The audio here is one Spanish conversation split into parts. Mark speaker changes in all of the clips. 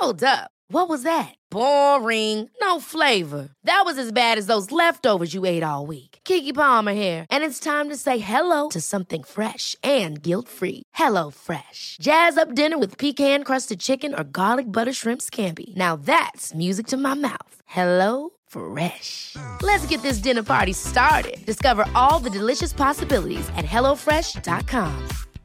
Speaker 1: Hold up. What was that? Boring. No flavor. That was as bad as those leftovers you ate all week. Keke Palmer here. And it's time to say hello to something fresh and guilt-free. Hello Fresh. Jazz up dinner with pecan-crusted chicken or garlic butter shrimp scampi. Now that's music to my mouth. Hello Fresh. Let's get this dinner party started. Discover all the delicious possibilities at hellofresh.com.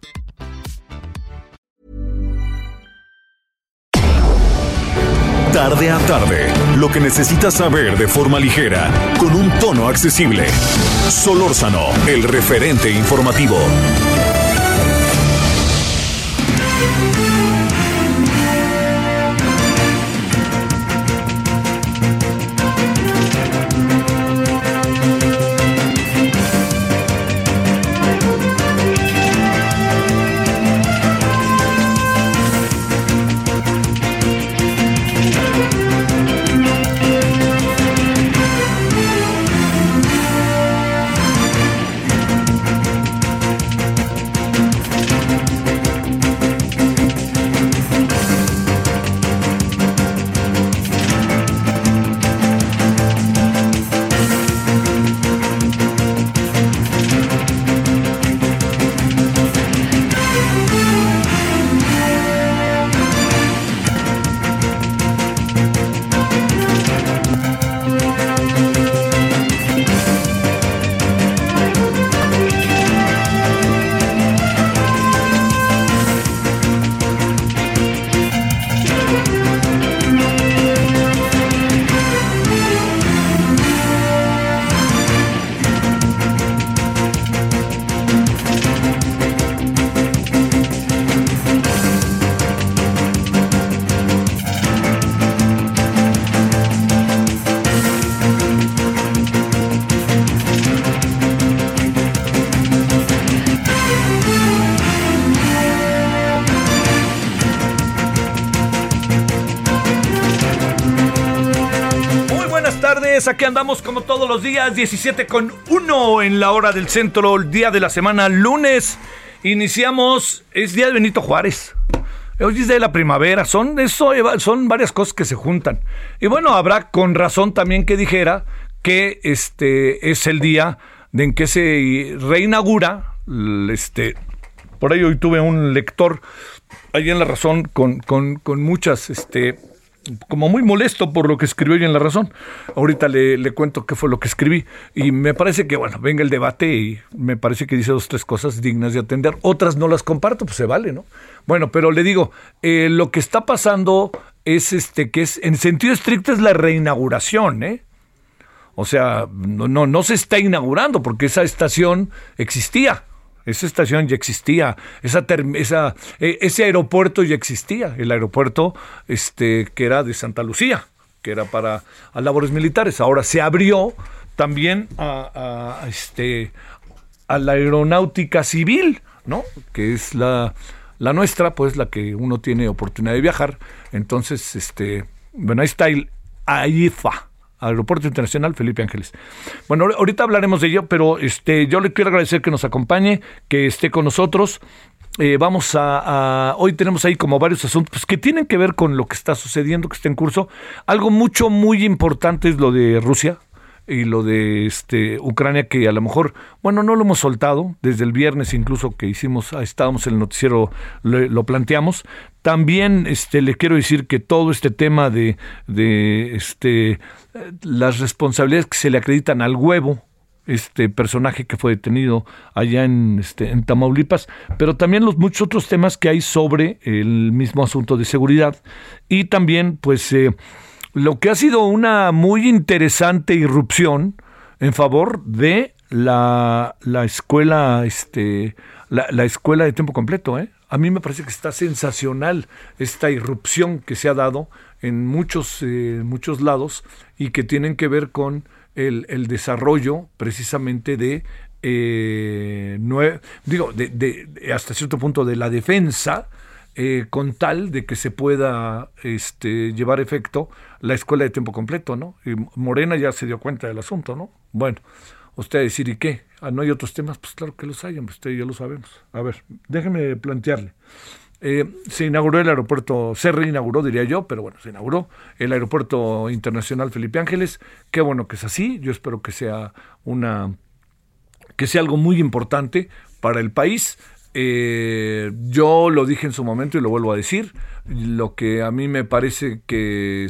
Speaker 2: Tarde a tarde, lo que necesitas saber de forma ligera, con un tono accesible. Solórzano, el referente informativo.
Speaker 3: Aquí andamos como todos los días, 17:01 en la hora del centro, el día de la semana, lunes. Iniciamos, es día de Benito Juárez. Hoy es día de la primavera, son varias cosas que se juntan. Y bueno, habrá con razón también que dijera que es el día en que se reinaugura, por ahí hoy tuve un lector ahí en La Razón con muchas, como muy molesto por lo que escribió hoy en La Razón. Ahorita le cuento qué fue lo que escribí. Y me parece que, bueno, venga el debate y me parece que dice 2 o 3 cosas dignas de atender. Otras no las comparto, pues se vale, ¿no? Bueno, pero le digo, lo que está pasando es que es, en sentido estricto, es la reinauguración, ¿eh? O sea, no se está inaugurando porque esa estación existía. Esa estación ya existía, ese aeropuerto ya existía, el aeropuerto que era de Santa Lucía, que era para labores militares. Ahora se abrió también a la aeronáutica civil, ¿no? Que es la nuestra, pues la que uno tiene oportunidad de viajar. Entonces, bueno, ahí está el AIFA. Aeropuerto Internacional Felipe Ángeles. Bueno, ahorita hablaremos de ello, pero yo le quiero agradecer que nos acompañe, que esté con nosotros. Hoy tenemos ahí como varios asuntos pues, que tienen que ver con lo que está sucediendo, que está en curso. Algo muy importante es lo de Rusia y lo de Ucrania, que a lo mejor, bueno, no lo hemos soltado, desde el viernes incluso que estábamos en el noticiero, lo planteamos. También le quiero decir que todo este tema de las responsabilidades que se le acreditan al Huevo, personaje que fue detenido allá en Tamaulipas, pero también los muchos otros temas que hay sobre el mismo asunto de seguridad. Y también, pues, lo que ha sido una muy interesante irrupción en favor de la escuela, la escuela de tiempo completo, ¿eh? A mí me parece que está sensacional esta irrupción que se ha dado en muchos lados y que tienen que ver con el desarrollo precisamente de hasta cierto punto de la defensa, con tal de que se pueda llevar efecto la escuela de tiempo completo, ¿no? Y Morena ya se dio cuenta del asunto, ¿no? Bueno, usted va a decir, ¿y qué? ¿No hay otros temas? Pues claro que los hay, usted ya lo sabemos. A ver, déjeme plantearle. Se inauguró el aeropuerto, se reinauguró, diría yo, pero bueno, se inauguró el aeropuerto internacional Felipe Ángeles. Qué bueno que es así. Yo espero que sea algo muy importante para el país. Yo lo dije en su momento y lo vuelvo a decir. Lo que a mí me parece que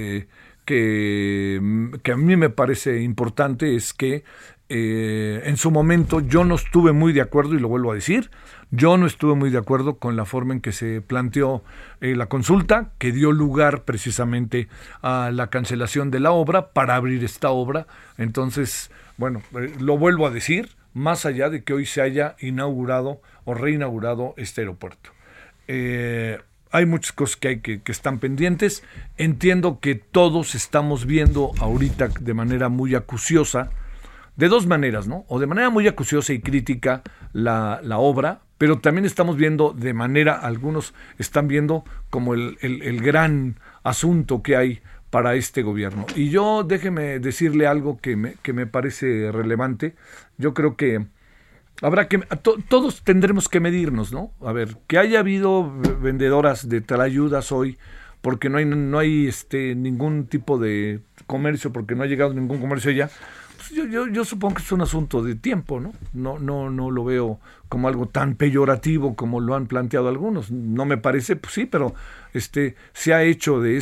Speaker 3: a mí me parece importante es que en su momento yo no estuve muy de acuerdo, y lo vuelvo a decir, yo no estuve muy de acuerdo con la forma en que se planteó la consulta, que dio lugar precisamente a la cancelación de la obra para abrir esta obra. Entonces, bueno, lo vuelvo a decir, más allá de que hoy se haya inaugurado o reinaugurado este aeropuerto. Hay muchas cosas que están pendientes. Entiendo que todos estamos viendo ahorita de manera muy acuciosa, de dos maneras, ¿no? O de manera muy acuciosa y crítica la obra, pero también estamos viendo de manera, algunos están viendo como el gran asunto que hay para este gobierno. Y yo, déjeme decirle algo que me parece relevante. Yo creo que todos tendremos que medirnos, ¿no? A ver, que haya habido vendedoras de tlayudas hoy, porque no hay ningún tipo de comercio, porque no ha llegado ningún comercio allá. Pues yo supongo que es un asunto de tiempo, ¿no? No lo veo como algo tan peyorativo como lo han planteado algunos. No me parece, pues sí, pero se ha hecho de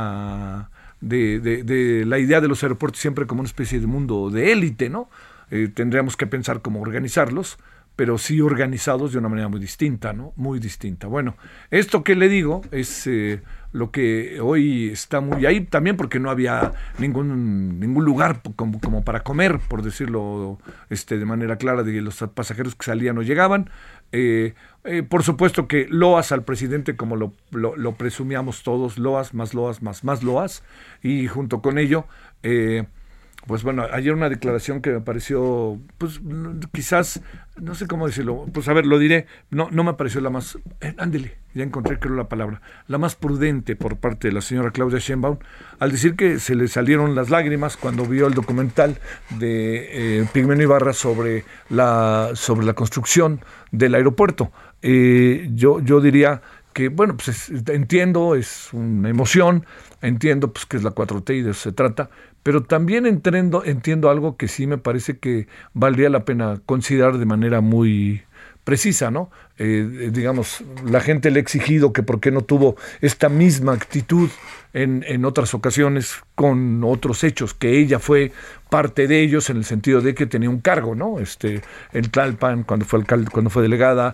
Speaker 3: la idea de los aeropuertos siempre como una especie de mundo de élite, ¿no? Tendríamos que pensar cómo organizarlos, pero sí organizados de una manera muy distinta, ¿no? Muy distinta. Bueno, esto que le digo es lo que hoy está muy ahí, también porque no había ningún lugar como para comer, por decirlo de manera clara, de los pasajeros que salían o llegaban. Por supuesto que loas al presidente, como lo presumíamos todos, loas, más loas, y junto con ello, pues bueno, ayer una declaración que me pareció, pues quizás, no sé cómo decirlo, pues a ver, lo diré, no me pareció la más, ándele, ya encontré creo la palabra, la más prudente por parte de la señora Claudia Sheinbaum, al decir que se le salieron las lágrimas cuando vio el documental de Pigmenio Ibarra sobre la construcción del aeropuerto. Yo diría que, bueno, pues entiendo, es una emoción, entiendo pues que es la 4T y de eso se trata, pero también entiendo algo que sí me parece que valdría la pena considerar de manera muy precisa, ¿no? Digamos, la gente le ha exigido que por qué no tuvo esta misma actitud en otras ocasiones con otros hechos, que ella fue parte de ellos en el sentido de que tenía un cargo, ¿no? En Tlalpan, cuando fue alcalde, cuando fue delegada,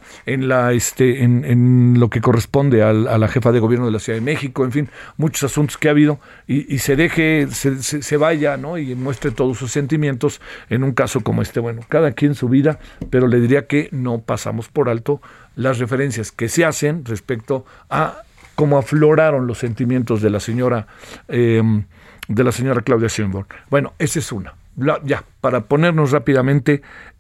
Speaker 3: en lo que corresponde a la jefa de gobierno de la Ciudad de México, en fin, muchos asuntos que ha habido, y se vaya, ¿no? Y muestre todos sus sentimientos en un caso como este. Bueno, cada quien su vida, pero le diría que no pasamos por alto las referencias que se hacen respecto a cómo afloraron los sentimientos de la señora Claudia Sheinbaum. Bueno, esa es una. Ya, para ponernos rápidamente,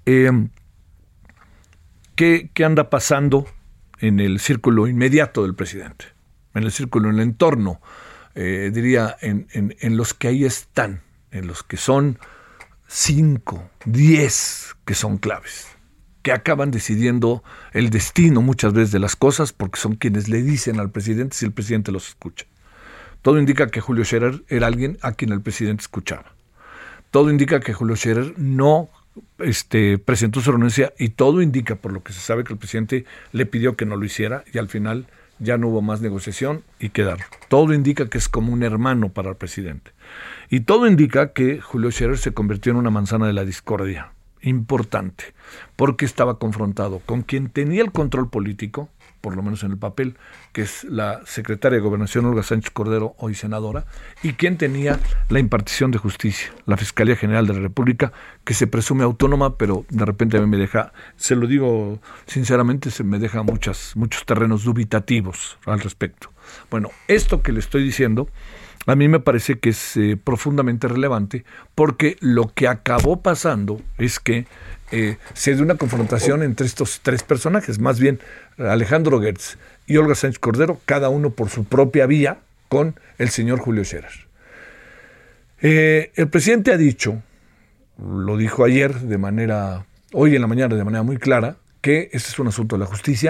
Speaker 3: ¿qué anda pasando en el círculo inmediato del presidente? En el círculo, en el entorno, diría, en los que ahí están, en los que son 5, 10 que son claves, que acaban decidiendo el destino muchas veces de las cosas, porque son quienes le dicen al presidente si el presidente los escucha. Todo indica que Julio Scherer era alguien a quien el presidente escuchaba. Todo indica que Julio Scherer no presentó su renuncia, y todo indica, por lo que se sabe, que el presidente le pidió que no lo hiciera, y al final ya no hubo más negociación y quedaron. Todo indica que es como un hermano para el presidente. Y todo indica que Julio Scherer se convirtió en una manzana de la discordia importante, porque estaba confrontado con quien tenía el control político, por lo menos en el papel, que es la secretaria de Gobernación, Olga Sánchez Cordero, hoy senadora, y quien tenía la impartición de justicia, la Fiscalía General de la República, que se presume autónoma, pero de repente a mí me deja, se lo digo sinceramente, se me deja muchos terrenos dubitativos al respecto. Bueno, esto que le estoy diciendo a mí me parece que es profundamente relevante, porque lo que acabó pasando es que se dio una confrontación entre estos tres personajes, más bien Alejandro Gertz y Olga Sánchez Cordero, cada uno por su propia vía, con el señor Julio Scherer. El presidente ha dicho, lo dijo ayer hoy en la mañana de manera muy clara, que este es un asunto de la justicia,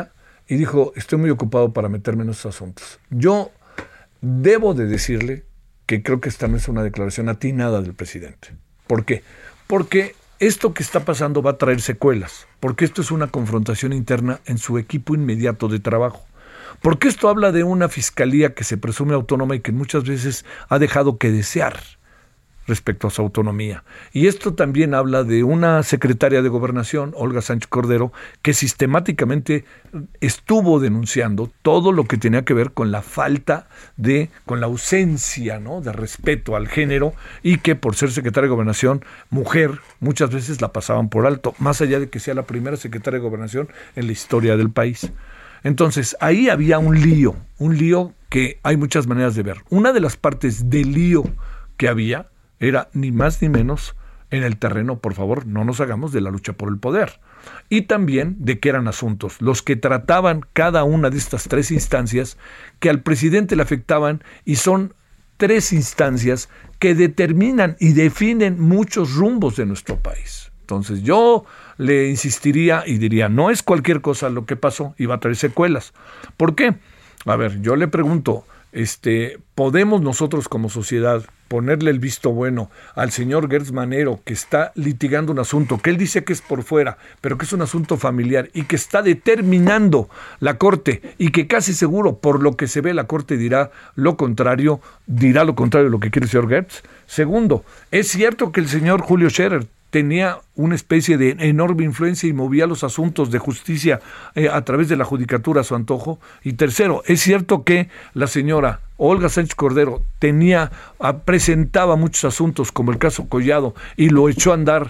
Speaker 3: y dijo, estoy muy ocupado para meterme en esos asuntos. Yo debo de decirle que creo que esta no es una declaración atinada del presidente. ¿Por qué? Porque esto que está pasando va a traer secuelas, porque esto es una confrontación interna en su equipo inmediato de trabajo. Porque esto habla de una fiscalía que se presume autónoma y que muchas veces ha dejado que desear respecto a su autonomía. Y esto también habla de una secretaria de Gobernación, Olga Sánchez Cordero, que sistemáticamente estuvo denunciando todo lo que tenía que ver con la falta con la ausencia, ¿no?, de respeto al género, y que por ser secretaria de Gobernación, mujer, muchas veces la pasaban por alto, más allá de que sea la primera secretaria de Gobernación en la historia del país. Entonces, ahí había un lío que hay muchas maneras de ver. Una de las partes del lío que había era ni más ni menos en el terreno, por favor, no nos hagamos, de la lucha por el poder. Y también de que eran asuntos los que trataban cada una de estas tres instancias que al presidente le afectaban, y son tres instancias que determinan y definen muchos rumbos de nuestro país. Entonces yo le insistiría y diría, no es cualquier cosa lo que pasó y va a traer secuelas. ¿Por qué? A ver, yo le pregunto, ¿podemos nosotros como sociedad ponerle el visto bueno al señor Gertz Manero, que está litigando un asunto que él dice que es por fuera, pero que es un asunto familiar y que está determinando la Corte, y que casi seguro, por lo que se ve, la Corte dirá lo contrario de lo que quiere el señor Gertz? Segundo, es cierto que el señor Julio Scherer tenía una especie de enorme influencia y movía los asuntos de justicia a través de la judicatura a su antojo. Y tercero, es cierto que la señora Olga Sánchez Cordero presentaba muchos asuntos, como el caso Collado, y lo echó a andar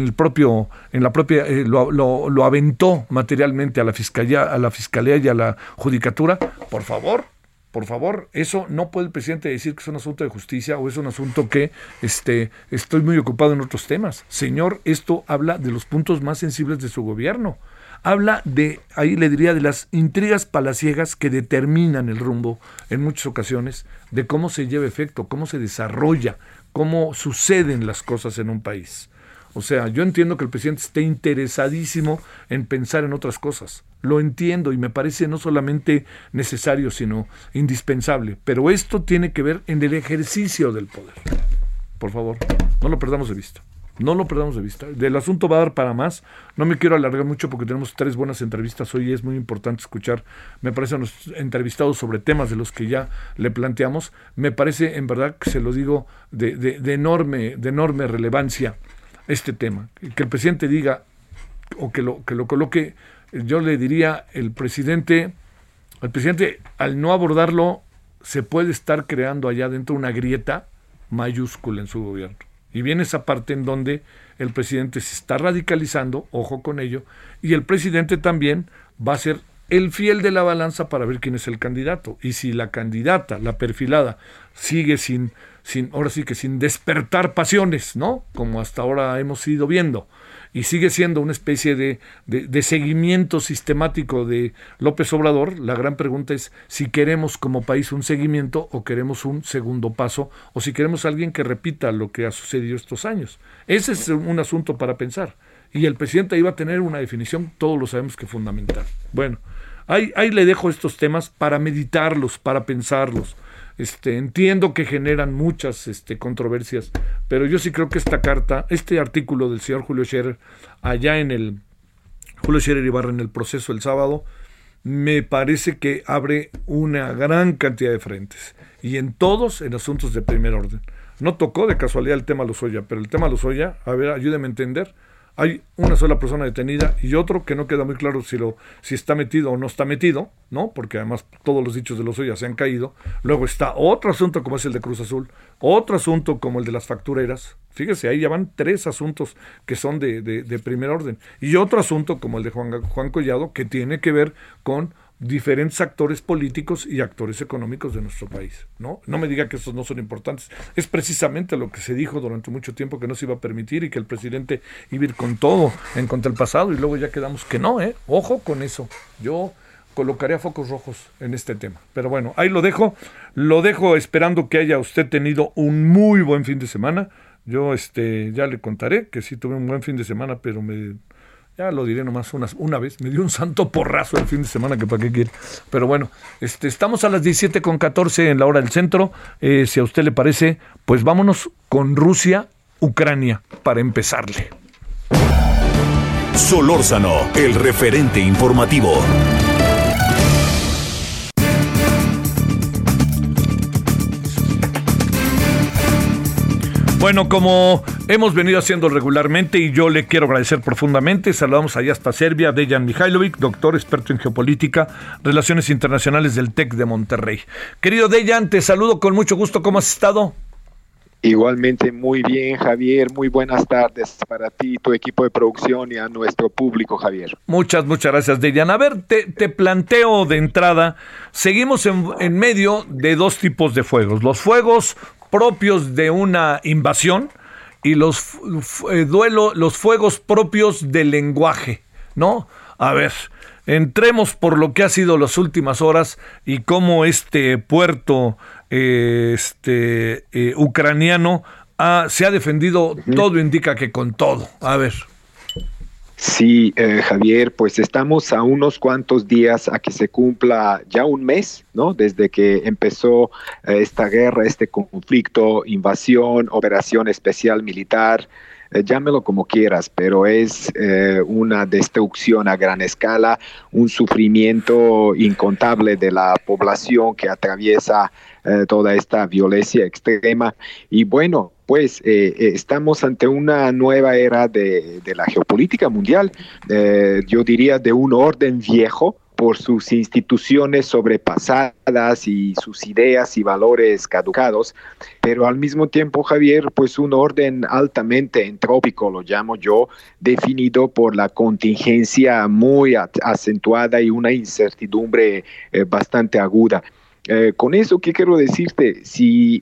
Speaker 3: lo aventó materialmente a la fiscalía y a la judicatura. Por favor, eso no puede el presidente decir que es un asunto de justicia o es un asunto que estoy muy ocupado en otros temas. Señor, esto habla de los puntos más sensibles de su gobierno. Habla ahí le diría, de las intrigas palaciegas que determinan el rumbo en muchas ocasiones de cómo se lleva efecto, cómo se desarrolla, cómo suceden las cosas en un país. O sea, yo entiendo que el presidente esté interesadísimo en pensar en otras cosas. Lo entiendo y me parece no solamente necesario, sino indispensable. Pero esto tiene que ver en el ejercicio del poder. Por favor, no lo perdamos de vista. No lo perdamos de vista. El asunto va a dar para más. No me quiero alargar mucho porque tenemos 3 buenas entrevistas hoy y es muy importante escuchar, me parece, a los entrevistados sobre temas de los que ya le planteamos. Me parece, en verdad, que se lo digo, de enorme relevancia este tema. Que el presidente diga, o que lo coloque, yo le diría, el presidente, al no abordarlo, se puede estar creando allá dentro una grieta mayúscula en su gobierno. Y viene esa parte en donde el presidente se está radicalizando, ojo con ello, y el presidente también va a ser el fiel de la balanza para ver quién es el candidato. Y si la candidata, la perfilada, sigue sin despertar pasiones, ¿no?, como hasta ahora hemos ido viendo, y sigue siendo una especie de seguimiento sistemático de López Obrador, la gran pregunta es si queremos como país un seguimiento o queremos un segundo paso, o si queremos a alguien que repita lo que ha sucedido estos años. Ese es un asunto para pensar. Y el presidente iba a tener una definición, todos lo sabemos, que fundamental. Bueno, ahí le dejo estos temas para meditarlos, para pensarlos. Entiendo que generan muchas controversias, pero yo sí creo que este artículo del señor Julio Scherer, allá en el Julio Scherer Ibarra, en El Proceso el sábado, me parece que abre una gran cantidad de frentes, y en todos en asuntos de primer orden. No tocó de casualidad el tema Lozoya, pero el tema Lozoya, a ver, ayúdeme a entender. Hay una sola persona detenida y otro que no queda muy claro si está metido o no está metido, ¿no? Porque además todos los dichos de Lozoya se han caído. Luego está otro asunto como es el de Cruz Azul, otro asunto como el de las factureras. Fíjese, ahí ya van 3 asuntos que son de primer orden. Y otro asunto como el de Juan Collado, que tiene que ver con diferentes actores políticos y actores económicos de nuestro país, ¿no? No me diga que esos no son importantes. Es precisamente lo que se dijo durante mucho tiempo, que no se iba a permitir y que el presidente iba a ir con todo en contra del pasado, y luego ya quedamos que no, ojo con eso. Yo colocaría focos rojos en este tema. Pero bueno, ahí lo dejo esperando que haya usted tenido un muy buen fin de semana. Yo ya le contaré que sí tuve un buen fin de semana, pero Ya lo diré nomás una vez. Me dio un santo porrazo el fin de semana, que para qué quiere. Pero bueno, estamos a las 17:14 en la hora del centro. Si a usted le parece, pues vámonos con Rusia, Ucrania, para empezarle.
Speaker 2: Solórzano, el referente informativo.
Speaker 3: Bueno, como hemos venido haciendo regularmente, y yo le quiero agradecer profundamente, saludamos allá hasta Serbia, Dejan Mihailovic, doctor, experto en geopolítica, relaciones internacionales del TEC de Monterrey. Querido Dejan, te saludo con mucho gusto. ¿Cómo has estado?
Speaker 4: Igualmente, muy bien, Javier. Muy buenas tardes para ti, tu equipo de producción y a nuestro público, Javier.
Speaker 3: Muchas gracias, Dejan. A ver, te planteo de entrada, seguimos en medio de dos tipos de fuegos. Los fuegos propios de una invasión y los fuegos propios del lenguaje, ¿no? A ver, entremos por lo que ha sido las últimas horas y cómo este puerto ucraniano se ha defendido, todo indica que con todo. A ver.
Speaker 4: Sí, Javier, pues estamos a unos cuantos días a que se cumpla ya un mes, ¿no? Desde que empezó esta guerra, este conflicto, invasión, operación especial militar, llámelo como quieras, pero es una destrucción a gran escala, un sufrimiento incontable de la población que atraviesa toda esta violencia extrema. Y bueno, pues estamos ante una nueva era de la geopolítica mundial, yo diría de un orden viejo, por sus instituciones sobrepasadas y sus ideas y valores caducados, pero al mismo tiempo, Javier, pues un orden altamente entrópico, lo llamo yo, definido por la contingencia muy acentuada y una incertidumbre bastante aguda. Con eso, ¿qué quiero decirte? Si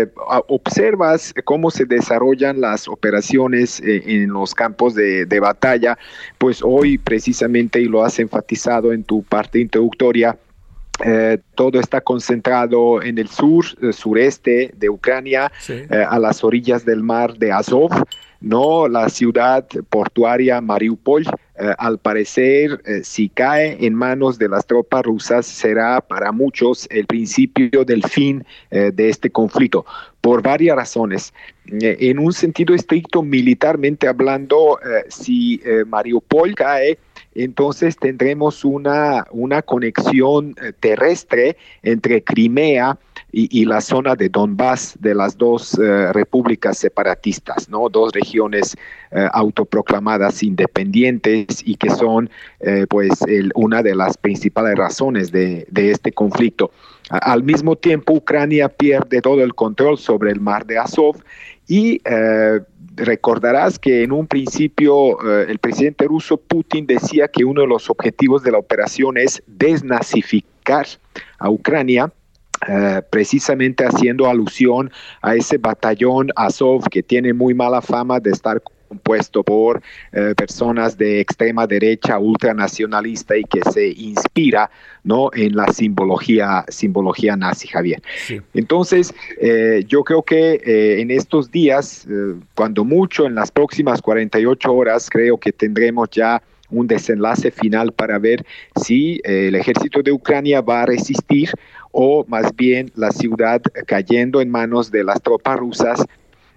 Speaker 4: observas cómo se desarrollan las operaciones en los campos de batalla, pues hoy precisamente, y lo has enfatizado en tu parte introductoria, todo está concentrado en el sureste de Ucrania, sí, a las orillas del mar de Azov, ¿no? La ciudad portuaria Mariupol, al parecer, si cae en manos de las tropas rusas, será para muchos el principio del fin de este conflicto, por varias razones. En un sentido estricto, militarmente hablando, si Mariupol cae, entonces tendremos una conexión terrestre entre Crimea y la zona de Donbass, de las dos repúblicas separatistas, ¿no? Dos regiones autoproclamadas independientes y que son una de las principales razones de este conflicto. Al mismo tiempo, Ucrania pierde todo el control sobre el mar de Azov y recordarás que en un principio el presidente ruso Putin decía que uno de los objetivos de la operación es desnazificar a Ucrania, precisamente haciendo alusión a ese batallón Azov que tiene muy mala fama de estar compuesto por personas de extrema derecha ultranacionalista y que se inspira, ¿no?, en la simbología nazi, Javier. Sí. Entonces, yo creo que en estos días, cuando mucho, en las próximas 48 horas, creo que tendremos ya un desenlace final para ver si el ejército de Ucrania va a resistir o más bien la ciudad cayendo en manos de las tropas rusas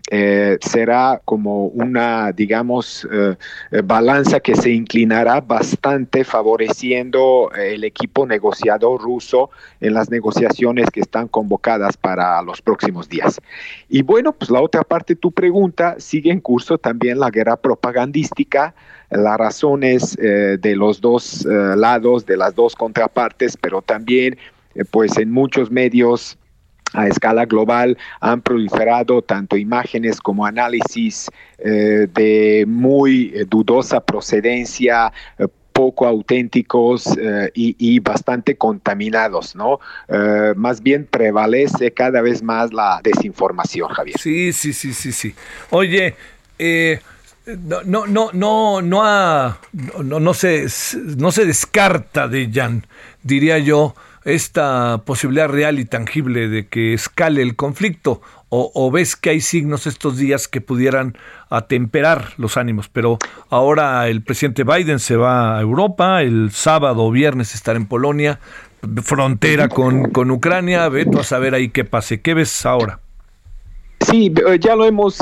Speaker 4: será como una, digamos, balanza que se inclinará bastante favoreciendo el equipo negociador ruso en las negociaciones que están convocadas para los próximos días. Y bueno, pues la otra parte de tu pregunta, sigue en curso también la guerra propagandística, las razones de los dos lados, de las dos contrapartes, pero también pues en muchos medios a escala global han proliferado tanto imágenes como análisis de muy dudosa procedencia, poco auténticos y bastante contaminados, ¿no? Más bien prevalece cada vez más la desinformación, Javier.
Speaker 3: Sí. Oye, no se descarta, Dejan, diría yo, esta posibilidad real y tangible de que escale el conflicto? ¿O ves que hay signos estos días que pudieran atemperar los ánimos? Pero ahora el presidente Biden se va a Europa, el sábado o viernes estará en Polonia, frontera con Ucrania, vete a saber ahí qué pase. ¿Qué ves ahora?
Speaker 4: Sí, ya lo hemos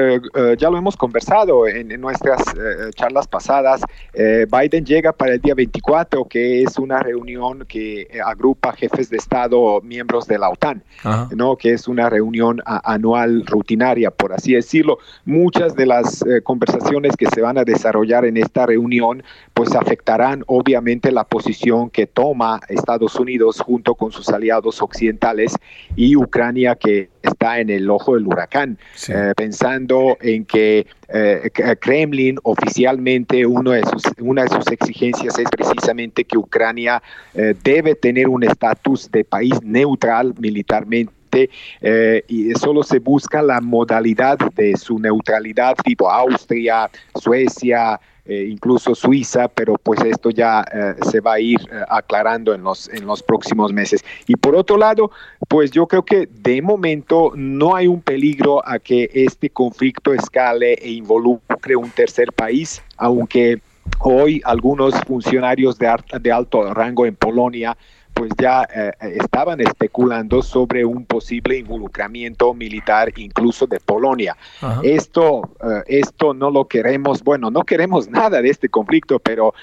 Speaker 4: conversado en nuestras charlas pasadas. Biden llega para el día 24, que es una reunión que agrupa jefes de Estado, miembros de la OTAN, ¿no? Que es una reunión anual rutinaria, por así decirlo. Muchas de las conversaciones que se van a desarrollar en esta reunión pues afectarán obviamente la posición que toma Estados Unidos junto con sus aliados occidentales y Ucrania, que está en el ojo del huracán, sí. Pensando en que Kremlin oficialmente una de sus exigencias es precisamente que Ucrania debe tener un estatus de país neutral militarmente. Y solo se busca la modalidad de su neutralidad, tipo Austria, Suecia, incluso Suiza, pero pues esto ya se va a ir aclarando en los próximos meses. Y por otro lado, pues yo creo que de momento no hay un peligro a que este conflicto escale e involucre un tercer país, aunque hoy algunos funcionarios de alto rango en Polonia pues ya estaban especulando sobre un posible involucramiento militar incluso de Polonia. Esto no lo queremos, no queremos nada de este conflicto, pero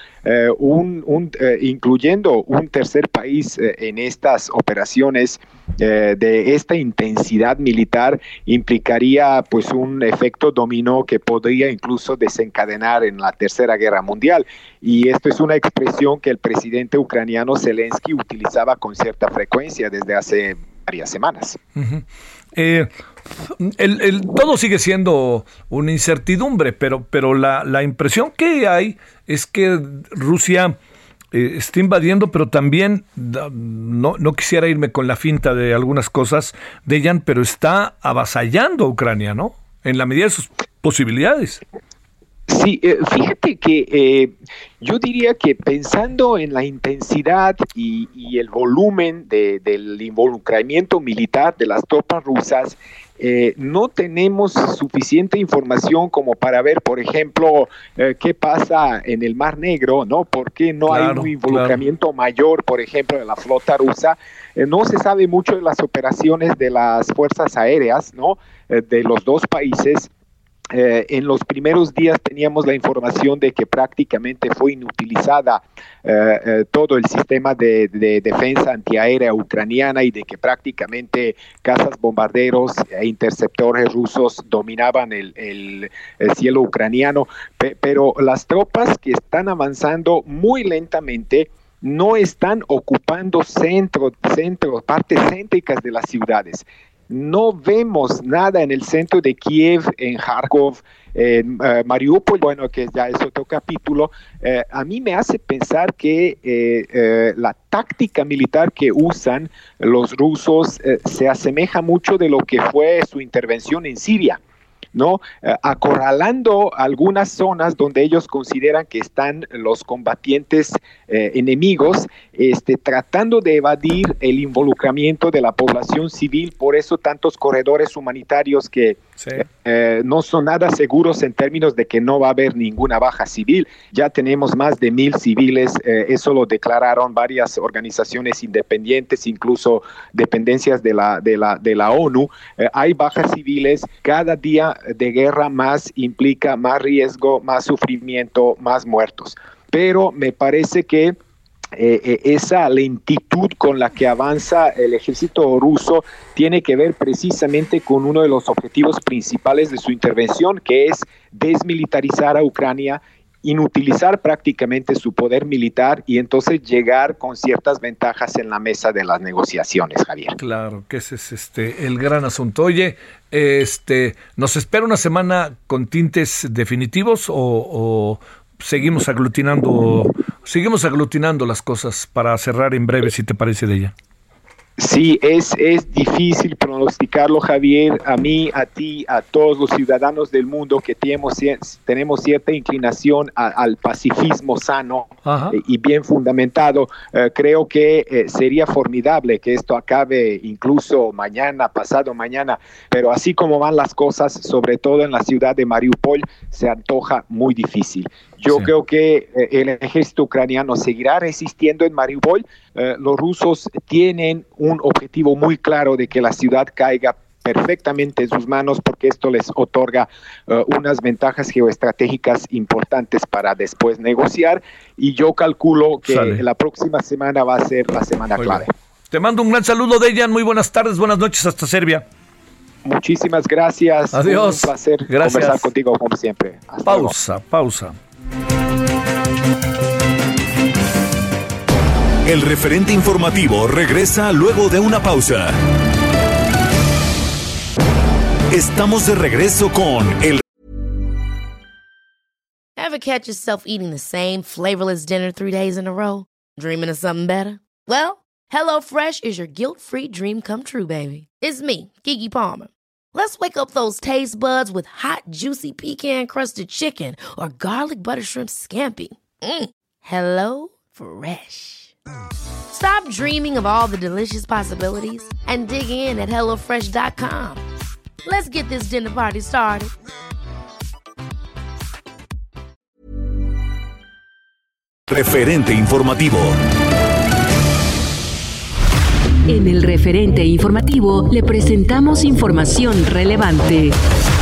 Speaker 4: incluyendo un tercer país en estas operaciones de esta intensidad militar implicaría pues un efecto dominó que podría incluso desencadenar en la Tercera Guerra Mundial. Y esto es una expresión que el presidente ucraniano Zelensky utilizaba con cierta frecuencia desde hace varias semanas.
Speaker 3: Todo sigue siendo una incertidumbre, pero la impresión que hay es que Rusia está invadiendo, pero también, no quisiera irme con la finta de algunas cosas de ella, pero está avasallando a Ucrania, ¿no? En la medida de sus posibilidades.
Speaker 4: Sí, fíjate que yo diría que pensando en la intensidad y el volumen del involucramiento militar de las tropas rusas, no tenemos suficiente información como para ver, por ejemplo, qué pasa en el Mar Negro, ¿no? ¿Por qué no hay un involucramiento mayor, por ejemplo, de la flota rusa? No se sabe mucho de las operaciones de las fuerzas aéreas, ¿no? De los dos países. En los primeros días teníamos la información de que prácticamente fue inutilizada todo el sistema de defensa antiaérea ucraniana y de que prácticamente cazas bombarderos e interceptores rusos dominaban el cielo ucraniano, pero las tropas que están avanzando muy lentamente no están ocupando partes céntricas de las ciudades. No vemos nada en el centro de Kiev, en Kharkov, en Mariupol, que ya es otro capítulo. A mí me hace pensar que la táctica militar que usan los rusos se asemeja mucho de lo que fue su intervención en Siria, ¿no? Acorralando algunas zonas donde ellos consideran que están los combatientes enemigos, tratando de evadir el involucramiento de la población civil. Por eso tantos corredores humanitarios que no son nada seguros en términos de que no va a haber ninguna baja civil. Ya tenemos más de 1,000 civiles, eso lo declararon varias organizaciones independientes, incluso dependencias de la ONU. Hay bajas civiles. Cada día de guerra más implica más riesgo, más sufrimiento, más muertos. Pero me parece que esa lentitud con la que avanza el ejército ruso tiene que ver precisamente con uno de los objetivos principales de su intervención, que es desmilitarizar a Ucrania, inutilizar prácticamente su poder militar y entonces llegar con ciertas ventajas en la mesa de las negociaciones, Javier.
Speaker 3: Claro, que ese es el gran asunto. Oye, ¿nos espera una semana con tintes definitivos o seguimos aglutinando las cosas para cerrar en breve, si te parece, de ella?
Speaker 4: Sí, es difícil pronosticarlo, Javier. A mí, a ti, a todos los ciudadanos del mundo que tenemos cierta inclinación al pacifismo sano y bien fundamentado. Creo que sería formidable que esto acabe incluso mañana, pasado mañana, pero así como van las cosas, sobre todo en la ciudad de Mariupol, se antoja muy difícil. Yo creo que el ejército ucraniano seguirá resistiendo en Mariupol. Los rusos tienen un objetivo muy claro de que la ciudad caiga perfectamente en sus manos, porque esto les otorga unas ventajas geoestratégicas importantes para después negociar, y yo calculo que la próxima semana va a ser la semana clave.
Speaker 3: Te mando un gran saludo, Dejan. Muy buenas tardes, buenas noches hasta Serbia.
Speaker 4: Muchísimas gracias.
Speaker 3: Adiós.
Speaker 4: Un placer conversar contigo como siempre. Hasta luego.
Speaker 2: Pausa. El referente informativo regresa luego de una pausa. Estamos de regreso con el...
Speaker 1: Ever catch yourself eating the same flavorless dinner 3 days in a row? Dreaming of something better? Well, HelloFresh is your guilt-free dream come true, baby. It's me, Keke Palmer. Let's wake up those taste buds with hot, juicy pecan-crusted chicken or garlic butter shrimp scampi. Hello Fresh. Stop dreaming of all the delicious possibilities and dig in at HelloFresh.com. Let's get this dinner party started.
Speaker 2: Referente informativo.
Speaker 5: En el referente informativo le presentamos información relevante.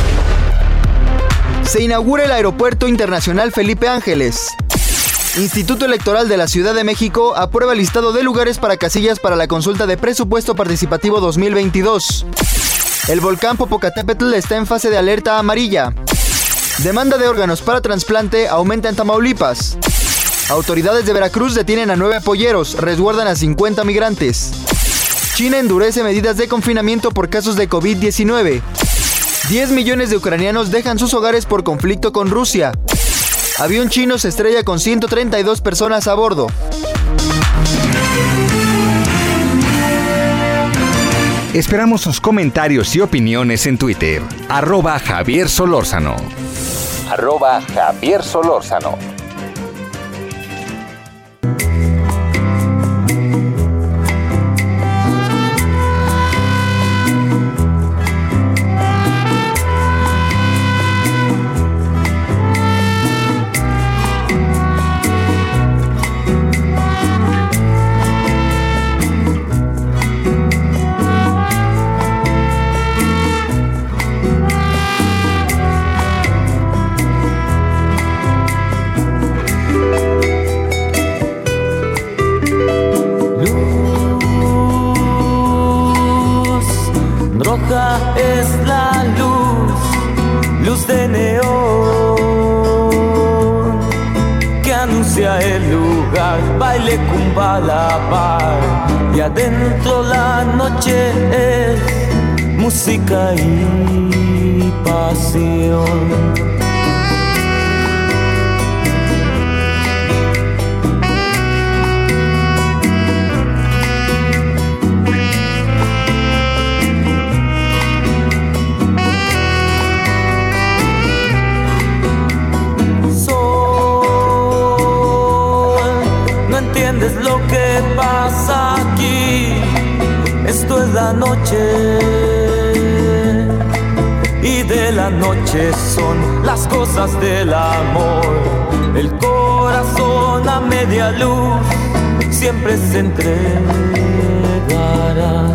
Speaker 6: Se inaugura el Aeropuerto Internacional Felipe Ángeles. Instituto Electoral de la Ciudad de México aprueba el listado de lugares para casillas para la consulta de presupuesto participativo 2022. El volcán Popocatépetl está en fase de alerta amarilla. Demanda de órganos para trasplante aumenta en Tamaulipas. Autoridades de Veracruz detienen a 9 polleros, resguardan a 50 migrantes. China endurece medidas de confinamiento por casos de COVID-19. 10 millones de ucranianos dejan sus hogares por conflicto con Rusia. Avión chino se estrella con 132 personas a bordo.
Speaker 7: Esperamos sus comentarios y opiniones en Twitter. @Javier Solórzano.
Speaker 8: @Javier Solórzano.
Speaker 9: Es la luz de neón que anuncia el lugar, baile Cumbalapar, y adentro la noche es música y pasión. ¿Entiendes lo que pasa aquí? Esto es la noche, y de la noche son las cosas del amor. El corazón a media luz siempre se entregará.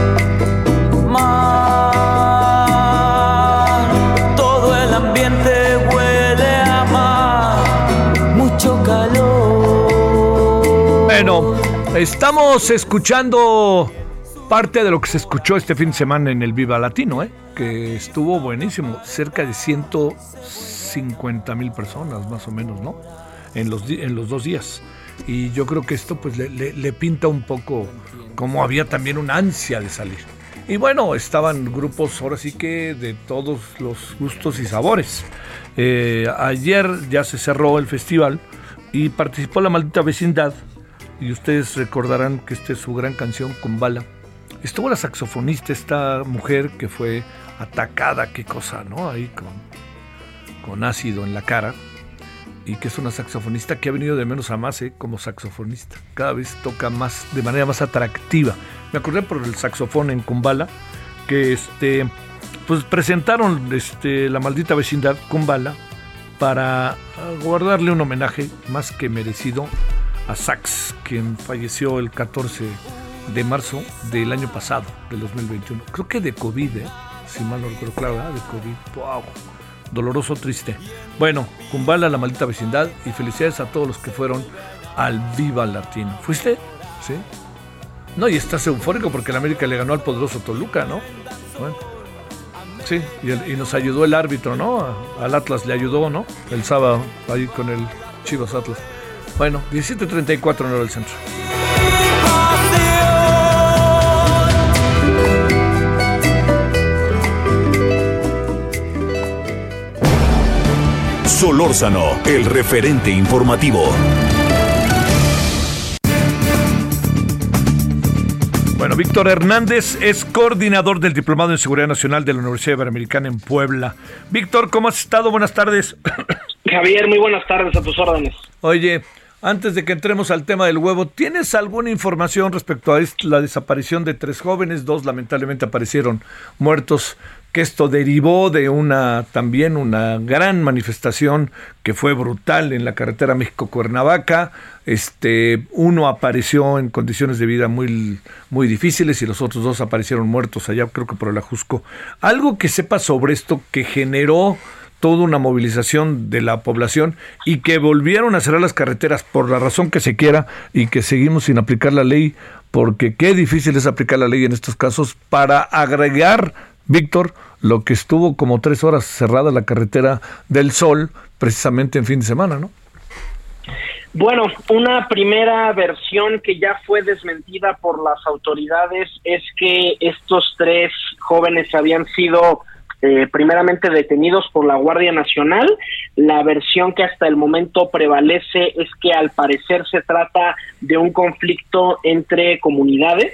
Speaker 9: Mar, todo el ambiente huele a mar, mucho calor.
Speaker 3: Bueno, estamos escuchando parte de lo que se escuchó este fin de semana en el Viva Latino, que estuvo buenísimo. Cerca de 150,000 personas, más o menos, ¿no? En los 2 días. Y yo creo que esto pues le pinta un poco como había también una ansia de salir. Y bueno, estaban grupos ahora sí que de todos los gustos y sabores. Ayer ya se cerró el festival y participó La Maldita Vecindad. Y ustedes recordarán que esta es su gran canción, Kumbala. Estuvo la saxofonista, esta mujer que fue atacada, qué cosa, ¿no? Ahí con ácido en la cara. Y que es una saxofonista que ha venido de menos a más, como saxofonista. Cada vez toca más, de manera más atractiva. Me acordé por el saxofón en Kumbala, que pues presentaron La Maldita Vecindad, Kumbala, para guardarle un homenaje más que merecido a Sax, quien falleció el 14 de marzo del año pasado, del 2021. Creo que de COVID, si mal no recuerdo, claro, de COVID. ¡Wow! Doloroso, triste. Bueno, Kumbala, La Maldita Vecindad, y felicidades a todos los que fueron al Viva Latino. ¿Fuiste? ¿Sí? No, y estás eufórico porque el América le ganó al poderoso Toluca, ¿no? Bueno, sí, y nos ayudó el árbitro, ¿no? Al Atlas le ayudó, ¿no? El sábado, ahí con el Chivas Atlas. Bueno, 17:34 en hora del centro.
Speaker 2: Solórzano, el referente informativo.
Speaker 3: Bueno, Víctor Hernández es coordinador del Diplomado en Seguridad Nacional de la Universidad Iberoamericana en Puebla. Víctor, ¿cómo has estado? Buenas tardes.
Speaker 8: Javier, muy buenas tardes, a tus órdenes.
Speaker 3: Oye, antes de que entremos al tema del huevo, ¿tienes alguna información respecto a la desaparición de 3 jóvenes? 2 lamentablemente aparecieron muertos, que esto derivó de también una gran manifestación que fue brutal en la carretera México-Cuernavaca. Uno apareció en condiciones de vida muy, muy difíciles y los otros 2 aparecieron muertos allá, creo que por el Ajusco. Algo que sepas sobre esto que generó toda una movilización de la población y que volvieron a cerrar las carreteras por la razón que se quiera y que seguimos sin aplicar la ley, porque qué difícil es aplicar la ley en estos casos, para agregar, Víctor, lo que estuvo como 3 horas cerrada la carretera del Sol, precisamente en fin de semana, ¿no?
Speaker 8: Bueno, una primera versión que ya fue desmentida por las autoridades es que estos 3 jóvenes habían sido primeramente detenidos por la Guardia Nacional. La versión que hasta el momento prevalece es que al parecer se trata de un conflicto entre comunidades.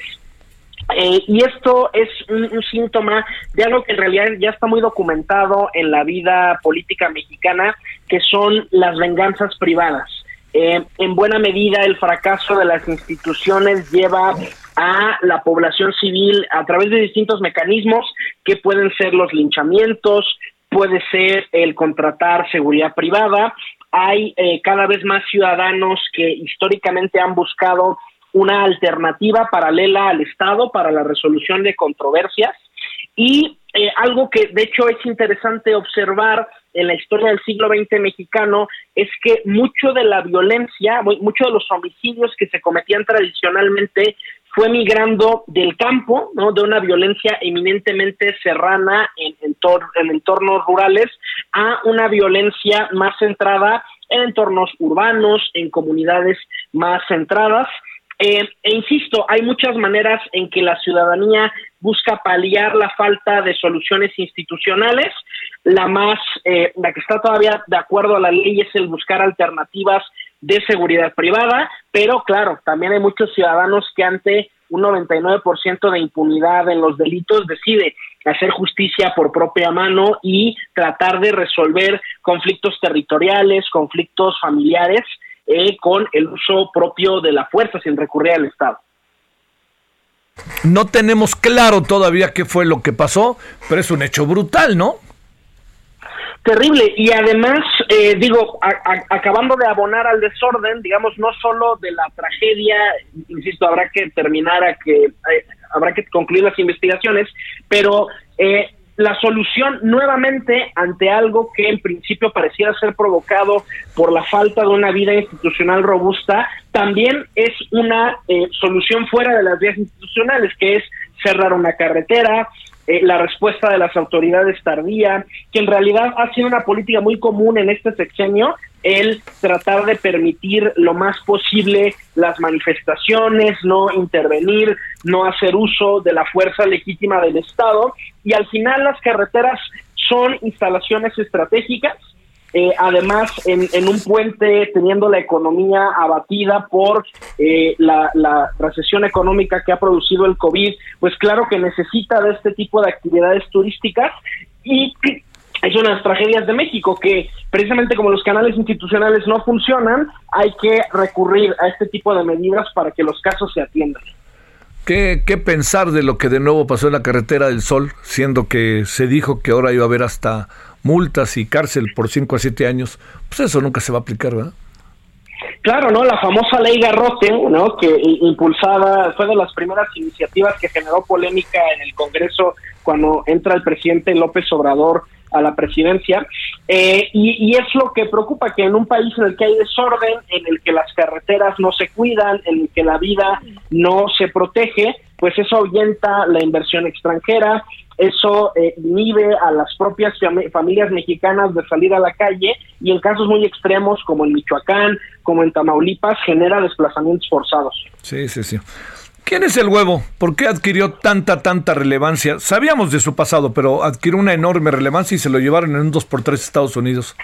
Speaker 8: Y esto es un síntoma de algo que en realidad ya está muy documentado en la vida política mexicana, que son las venganzas privadas. En buena medida el fracaso de las instituciones lleva a la población civil a través de distintos mecanismos que pueden ser los linchamientos, puede ser el contratar seguridad privada. Hay cada vez más ciudadanos que históricamente han buscado una alternativa paralela al Estado para la resolución de controversias, y algo que de hecho es interesante observar en la historia del siglo XX mexicano es que mucho de la violencia, mucho de los homicidios que se cometían tradicionalmente fue migrando del campo, ¿no?, de una violencia eminentemente serrana en entornos rurales, a una violencia más centrada en entornos urbanos, en comunidades más centradas. Insisto, hay muchas maneras en que la ciudadanía busca paliar la falta de soluciones institucionales. La que está todavía de acuerdo a la ley es el buscar alternativas de seguridad privada, pero claro, también hay muchos ciudadanos que ante un 99% de impunidad en los delitos decide hacer justicia por propia mano y tratar de resolver conflictos territoriales, conflictos familiares, con el uso propio de la fuerza sin recurrir al Estado.
Speaker 3: No tenemos claro todavía qué fue lo que pasó, pero es un hecho brutal, ¿no?
Speaker 8: Terrible, y además, acabando de abonar al desorden, digamos, no solo de la tragedia, insisto, habrá que concluir las investigaciones, pero la solución nuevamente ante algo que en principio pareciera ser provocado por la falta de una vida institucional robusta, también es una solución fuera de las vías institucionales, que es cerrar una carretera, la respuesta de las autoridades tardía, que en realidad ha sido una política muy común en este sexenio, el tratar de permitir lo más posible las manifestaciones, no intervenir, no hacer uso de la fuerza legítima del Estado, y al final las carreteras son instalaciones estratégicas además en un puente, teniendo la economía abatida por la recesión económica que ha producido el COVID, pues claro que necesita de este tipo de actividades turísticas, y es una de las tragedias de México, que precisamente como los canales institucionales no funcionan, hay que recurrir a este tipo de medidas para que los casos se atiendan.
Speaker 3: ¿Qué pensar de lo que de nuevo pasó en la Carretera del Sol, siendo que se dijo que ahora iba a haber hasta multas y cárcel por 5 a 7 años? Pues eso nunca se va a aplicar, ¿verdad?
Speaker 8: Claro, ¿no? La famosa ley Garrote, ¿no? Que impulsada, fue de las primeras iniciativas que generó polémica en el Congreso cuando entra el presidente López Obrador a la presidencia, y es lo que preocupa, que en un país en el que hay desorden, en el que las carreteras no se cuidan, en el que la vida no se protege, pues eso ahuyenta la inversión extranjera, eso inhibe a las propias familias mexicanas de salir a la calle, y en casos muy extremos como en Michoacán, como en Tamaulipas, genera desplazamientos forzados.
Speaker 3: Sí. ¿Quién es el Huevo? ¿Por qué adquirió tanta relevancia? Sabíamos de su pasado, pero adquirió una enorme relevancia y se lo llevaron en un 2x3 a Estados Unidos.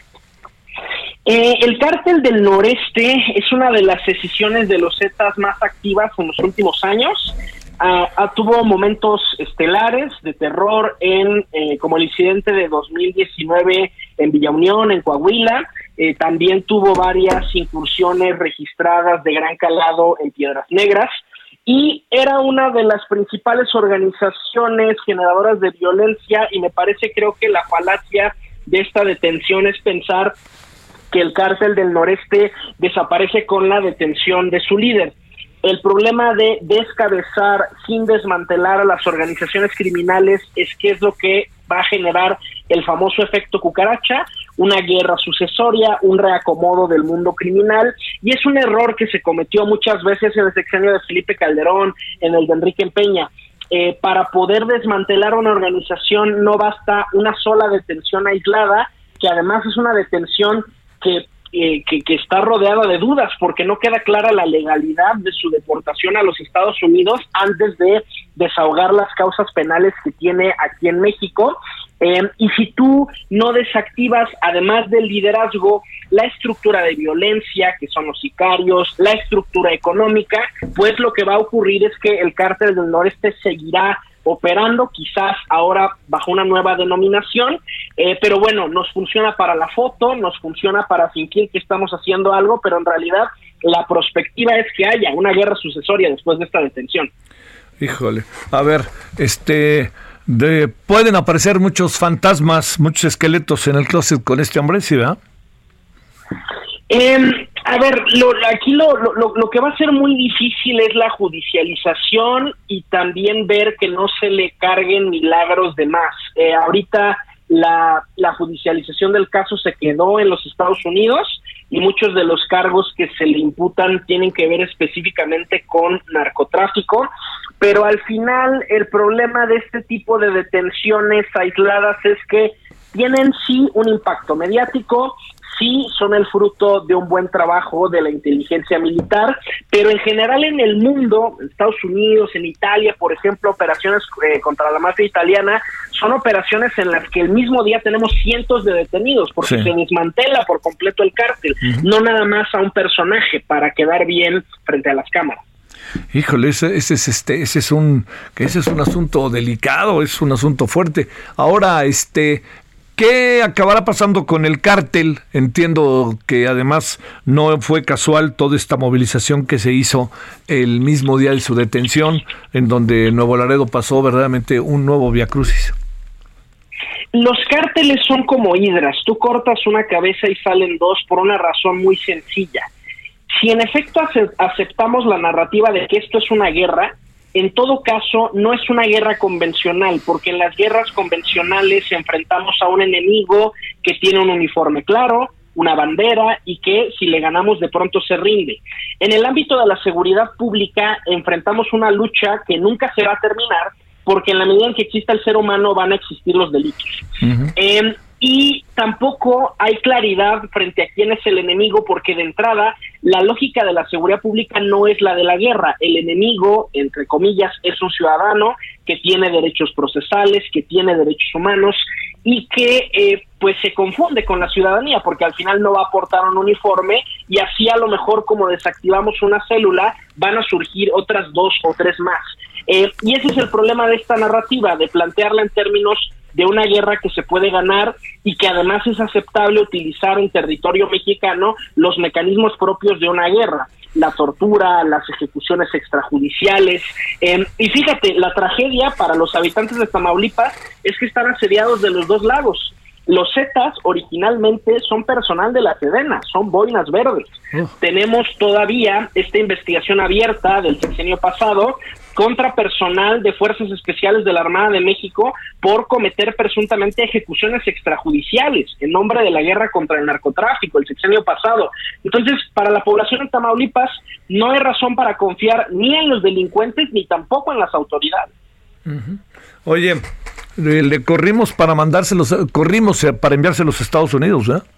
Speaker 8: El Cártel del Noreste es una de las escisiones de los Zetas más activas en los últimos años. Tuvo momentos estelares de terror como el incidente de 2019 en Villa Unión, en Coahuila. También tuvo varias incursiones registradas de gran calado en Piedras Negras. Y era una de las principales organizaciones generadoras de violencia, y creo que la falacia de esta detención es pensar que el Cártel del Noreste desaparece con la detención de su líder. El problema de descabezar sin desmantelar a las organizaciones criminales es que es lo que va a generar el famoso efecto cucaracha, una guerra sucesoria, un reacomodo del mundo criminal, y es un error que se cometió muchas veces en el sexenio de Felipe Calderón, en el de Enrique Peña. Para poder desmantelar una organización no basta una sola detención aislada, que además es una detención que está rodeada de dudas, porque no queda clara la legalidad de su deportación a los Estados Unidos antes de desahogar las causas penales que tiene aquí en México. Y si tú no desactivas, además del liderazgo, la estructura de violencia, que son los sicarios, la estructura económica, pues lo que va a ocurrir es que el Cártel del Noreste seguirá operando, quizás ahora bajo una nueva denominación, pero bueno, nos funciona para la foto, nos funciona para fingir que estamos haciendo algo, pero en realidad la perspectiva es que haya una guerra sucesoria después de esta detención.
Speaker 3: Híjole, a ver, pueden aparecer muchos fantasmas, muchos esqueletos en el closet con este hombre, ¿sí, verdad?
Speaker 8: A ver, aquí lo que va a ser muy difícil es la judicialización y también ver que no se le carguen milagros de más. Ahorita la judicialización del caso se quedó en los Estados Unidos y muchos de los cargos que se le imputan tienen que ver específicamente con narcotráfico, pero al final el problema de este tipo de detenciones aisladas es que tienen sí un impacto mediático, sí son el fruto de un buen trabajo de la inteligencia militar, pero en general en el mundo, en Estados Unidos, en Italia, por ejemplo, operaciones contra la mafia italiana, son operaciones en las que el mismo día tenemos cientos de detenidos, porque se desmantela por completo el cártel, no nada más a un personaje para quedar bien frente a las cámaras.
Speaker 3: Híjole, ese es un asunto delicado, es un asunto fuerte. Ahora, ¿qué acabará pasando con el cártel? Entiendo que además no fue casual toda esta movilización que se hizo el mismo día de su detención, en donde Nuevo Laredo pasó verdaderamente un nuevo viacrucis.
Speaker 8: Los cárteles son como hidras, tú cortas una cabeza y salen dos por una razón muy sencilla. Si en efecto aceptamos la narrativa de que esto es una guerra, en todo caso no es una guerra convencional, porque en las guerras convencionales enfrentamos a un enemigo que tiene un uniforme claro, una bandera y que si le ganamos de pronto se rinde. En el ámbito de la seguridad pública enfrentamos una lucha que nunca se va a terminar, porque en la medida en que exista el ser humano van a existir los delitos. Y tampoco hay claridad frente a quién es el enemigo, porque de entrada la lógica de la seguridad pública no es la de la guerra. El enemigo, entre comillas, es un ciudadano que tiene derechos procesales, que tiene derechos humanos y que pues se confunde con la ciudadanía, porque al final no va a aportar un uniforme y así a lo mejor como desactivamos una célula, van a surgir otras 2 o 3 más. Y ese es el problema de esta narrativa, de plantearla en términos de una guerra que se puede ganar y que además es aceptable utilizar en territorio mexicano los mecanismos propios de una guerra, la tortura, las ejecuciones extrajudiciales. Y fíjate, la tragedia para los habitantes de Tamaulipas es que están asediados de los 2 lados. Los Zetas originalmente son personal de la Sedena, son boinas verdes. Tenemos todavía esta investigación abierta del sexenio pasado contra personal de Fuerzas Especiales de la Armada de México por cometer presuntamente ejecuciones extrajudiciales en nombre de la guerra contra el narcotráfico el sexenio pasado. Entonces, para la población de Tamaulipas no hay razón para confiar ni en los delincuentes ni tampoco en las autoridades.
Speaker 3: Oye, le corrimos para enviárselos a Estados Unidos, ¿eh?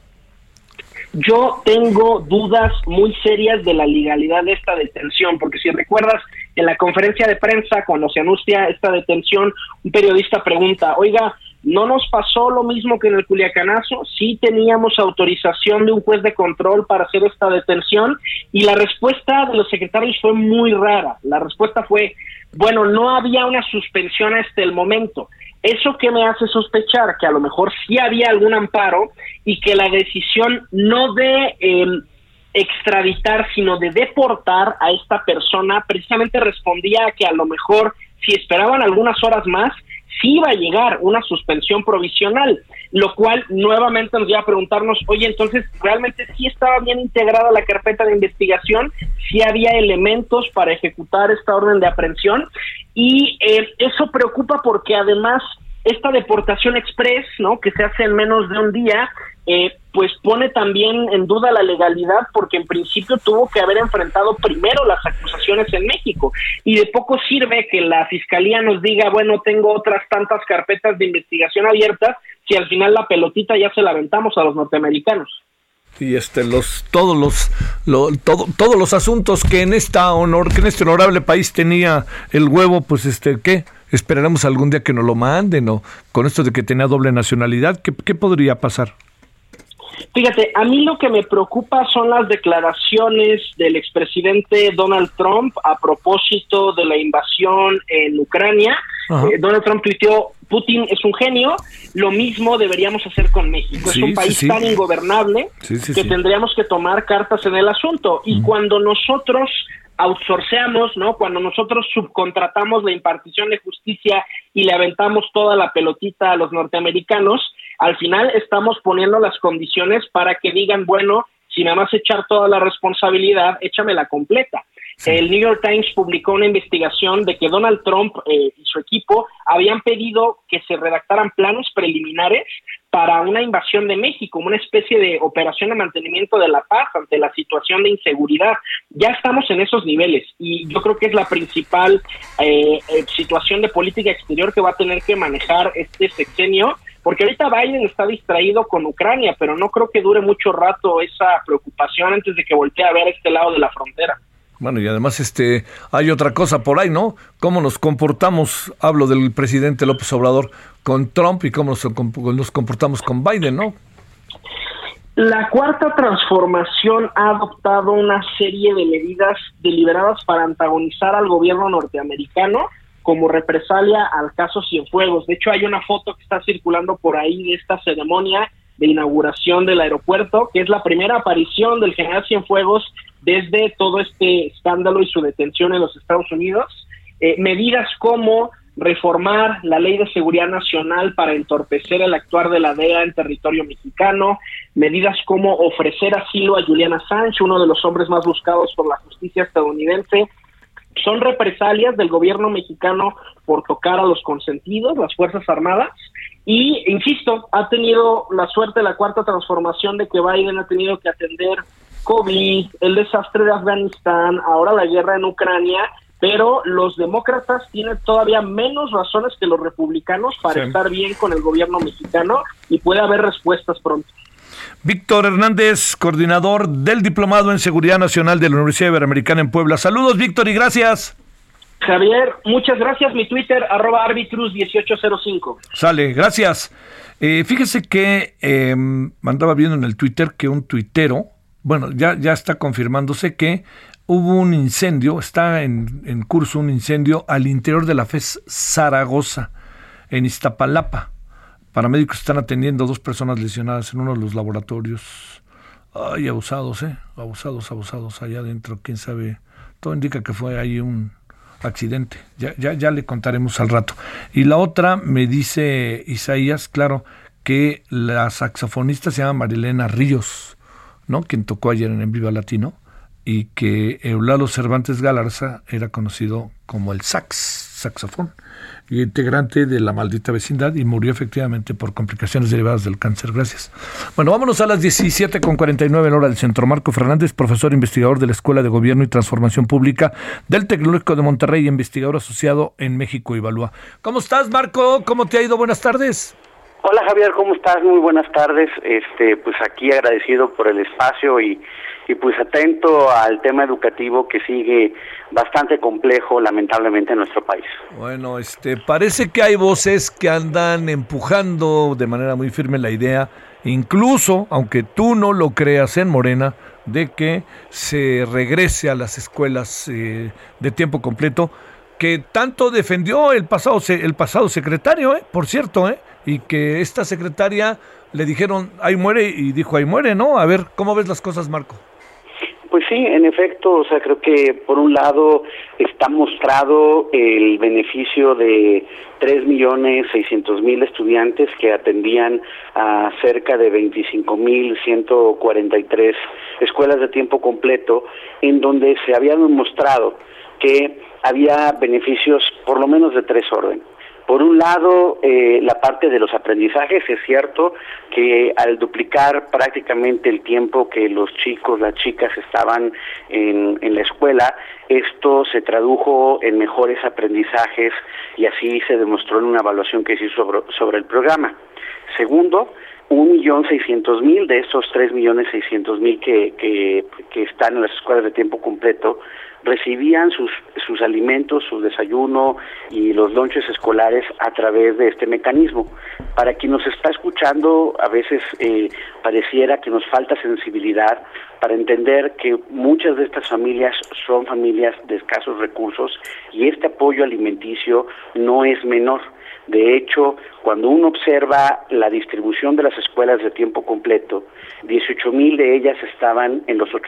Speaker 8: Yo tengo dudas muy serias de la legalidad de esta detención, porque si recuerdas, en la conferencia de prensa, cuando se anuncia esta detención, un periodista pregunta, oiga, ¿no nos pasó lo mismo que en el Culiacanazo? Sí teníamos autorización de un juez de control para hacer esta detención, y la respuesta de los secretarios fue muy rara. La respuesta fue, bueno, no había una suspensión hasta el momento. Eso que me hace sospechar que a lo mejor sí había algún amparo y que la decisión no de extraditar, sino de deportar a esta persona, precisamente respondía a que a lo mejor si esperaban algunas horas más, sí iba a llegar una suspensión provisional, lo cual nuevamente nos lleva a preguntarnos, oye, entonces, ¿realmente sí estaba bien integrada la carpeta de investigación? ¿Sí había elementos para ejecutar esta orden de aprehensión? Y eso preocupa porque además esta deportación express, ¿no?, que se hace en menos de un día, pues pone también en duda la legalidad, porque en principio tuvo que haber enfrentado primero las acusaciones en México, y de poco sirve que la fiscalía nos diga, bueno, tengo otras tantas carpetas de investigación abiertas, si al final la pelotita ya se la aventamos a los norteamericanos.
Speaker 3: Y todos los asuntos que en este honorable país tenía el huevo, pues ¿qué? Esperaremos algún día que nos lo manden, o con esto de que tenía doble nacionalidad, ¿qué podría pasar?
Speaker 8: Fíjate, a mí lo que me preocupa son las declaraciones del expresidente Donald Trump a propósito de la invasión en Ucrania. Donald Trump tuiteó, Putin es un genio, lo mismo deberíamos hacer con México. Es un país tan ingobernable que tendríamos que tomar cartas en el asunto. Y cuando nosotros outsourceamos, ¿no?, cuando nosotros subcontratamos la impartición de justicia y le aventamos toda la pelotita a los norteamericanos, al final estamos poniendo las condiciones para que digan, bueno, si me vas a echar toda la responsabilidad, échamela completa. El New York Times publicó una investigación de que Donald Trump y su equipo habían pedido que se redactaran planes preliminares para una invasión de México, una especie de operación de mantenimiento de la paz ante la situación de inseguridad. Ya estamos en esos niveles y yo creo que es la principal situación de política exterior que va a tener que manejar este sexenio, porque ahorita Biden está distraído con Ucrania, pero no creo que dure mucho rato esa preocupación antes de que voltee a ver este lado de la frontera.
Speaker 3: Bueno, y además hay otra cosa por ahí, ¿no? ¿Cómo nos comportamos, hablo del presidente López Obrador, con Trump, y cómo nos comportamos con Biden, ¿no?
Speaker 8: La Cuarta Transformación ha adoptado una serie de medidas deliberadas para antagonizar al gobierno norteamericano como represalia al caso Cienfuegos. De hecho, hay una foto que está circulando por ahí de esta ceremonia de inauguración del aeropuerto, que es la primera aparición del general Cienfuegos desde todo este escándalo y su detención en los Estados Unidos. Medidas como reformar la Ley de Seguridad Nacional para entorpecer el actuar de la DEA en territorio mexicano, medidas como ofrecer asilo a Julian Assange, uno de los hombres más buscados por la justicia estadounidense, son represalias del gobierno mexicano por tocar a los consentidos, las Fuerzas Armadas, y, insisto, ha tenido la suerte la Cuarta Transformación de que Biden ha tenido que atender COVID, el desastre de Afganistán, ahora la guerra en Ucrania, pero los demócratas tienen todavía menos razones que los republicanos para estar bien con el gobierno mexicano, y puede haber respuestas pronto.
Speaker 3: Víctor Hernández, coordinador del Diplomado en Seguridad Nacional de la Universidad Iberoamericana en Puebla. Saludos, Víctor, y gracias.
Speaker 8: Javier, muchas gracias. Mi Twitter, @arbitrus1805.
Speaker 3: Sale, gracias. Fíjese que andaba viendo en el Twitter que un tuitero, bueno, ya está confirmándose que hubo un incendio, está en curso un incendio al interior de la FES Zaragoza, en Iztapalapa. Paramédicos están atendiendo a 2 personas lesionadas en uno de los laboratorios. Ay, abusados, abusados allá adentro, quién sabe. Todo indica que fue ahí un accidente. Ya le contaremos al rato. Y la otra, me dice Isaías, claro, que la saxofonista se llama Marilena Ríos, ¿no? Quien tocó ayer en Viva Latino, y que Eulalo Cervantes Galarza era conocido como el saxofón, y integrante de La Maldita Vecindad, y murió efectivamente por complicaciones derivadas del cáncer. Gracias. Bueno, vámonos a las 17:49 en hora del centro. Marco Fernández, profesor investigador de la Escuela de Gobierno y Transformación Pública del Tecnológico de Monterrey, investigador asociado en México Evalúa. ¿Cómo estás, Marco? ¿Cómo te ha ido? Buenas tardes.
Speaker 10: Hola, Javier, ¿cómo estás? Muy buenas tardes. Pues aquí agradecido por el espacio y pues atento al tema educativo que sigue bastante complejo, lamentablemente, en nuestro país.
Speaker 3: Bueno, parece que hay voces que andan empujando de manera muy firme la idea, incluso, aunque tú no lo creas, en Morena, de que se regrese a las escuelas de tiempo completo, que tanto defendió el pasado secretario, por cierto, y que esta secretaria le dijeron, ahí muere, y dijo, ahí muere, ¿no? A ver, ¿cómo ves las cosas, Marco?
Speaker 10: Pues sí, en efecto, creo que por un lado está mostrado el beneficio de 3.600.000 estudiantes que atendían a cerca de 25.143 escuelas de tiempo completo, en donde se había demostrado que había beneficios por lo menos de 3 órdenes. Por un lado, la parte de los aprendizajes. Es cierto que al duplicar prácticamente el tiempo que los chicos, las chicas estaban en la escuela, esto se tradujo en mejores aprendizajes y así se demostró en una evaluación que se hizo sobre el programa. Segundo, 1.600.000 de estos 3.600.000 que están en las escuelas de tiempo completo recibían sus alimentos, su desayuno y los lonches escolares a través de este mecanismo. Para quien nos está escuchando, a veces pareciera que nos falta sensibilidad para entender que muchas de estas familias son familias de escasos recursos y este apoyo alimenticio no es menor. De hecho, cuando uno observa la distribución de las escuelas de tiempo completo, 18.000 de ellas estaban en los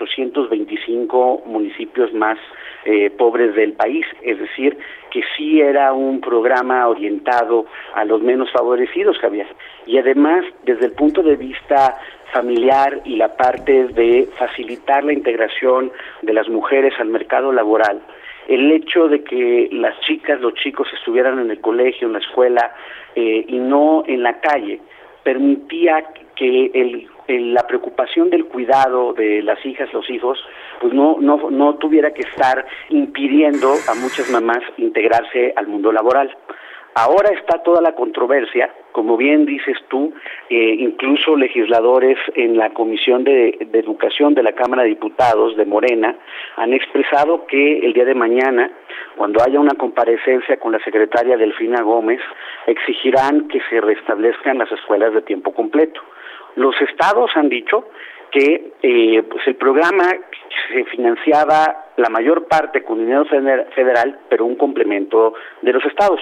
Speaker 10: 825 municipios más pobres del país, es decir, que sí era un programa orientado a los menos favorecidos, Javier. Y además, desde el punto de vista familiar y la parte de facilitar la integración de las mujeres al mercado laboral, el hecho de que las chicas, los chicos estuvieran en el colegio, en la escuela y no en la calle, permitía que la preocupación del cuidado de las hijas, los hijos, pues no tuviera que estar impidiendo a muchas mamás integrarse al mundo laboral. Ahora está toda la controversia, como bien dices tú, incluso legisladores en la Comisión de Educación de la Cámara de Diputados de Morena han expresado que el día de mañana, cuando haya una comparecencia con la secretaria Delfina Gómez, exigirán que se restablezcan las escuelas de tiempo completo. Los estados han dicho que pues el programa se financiaba la mayor parte con dinero federal, pero un complemento de los estados.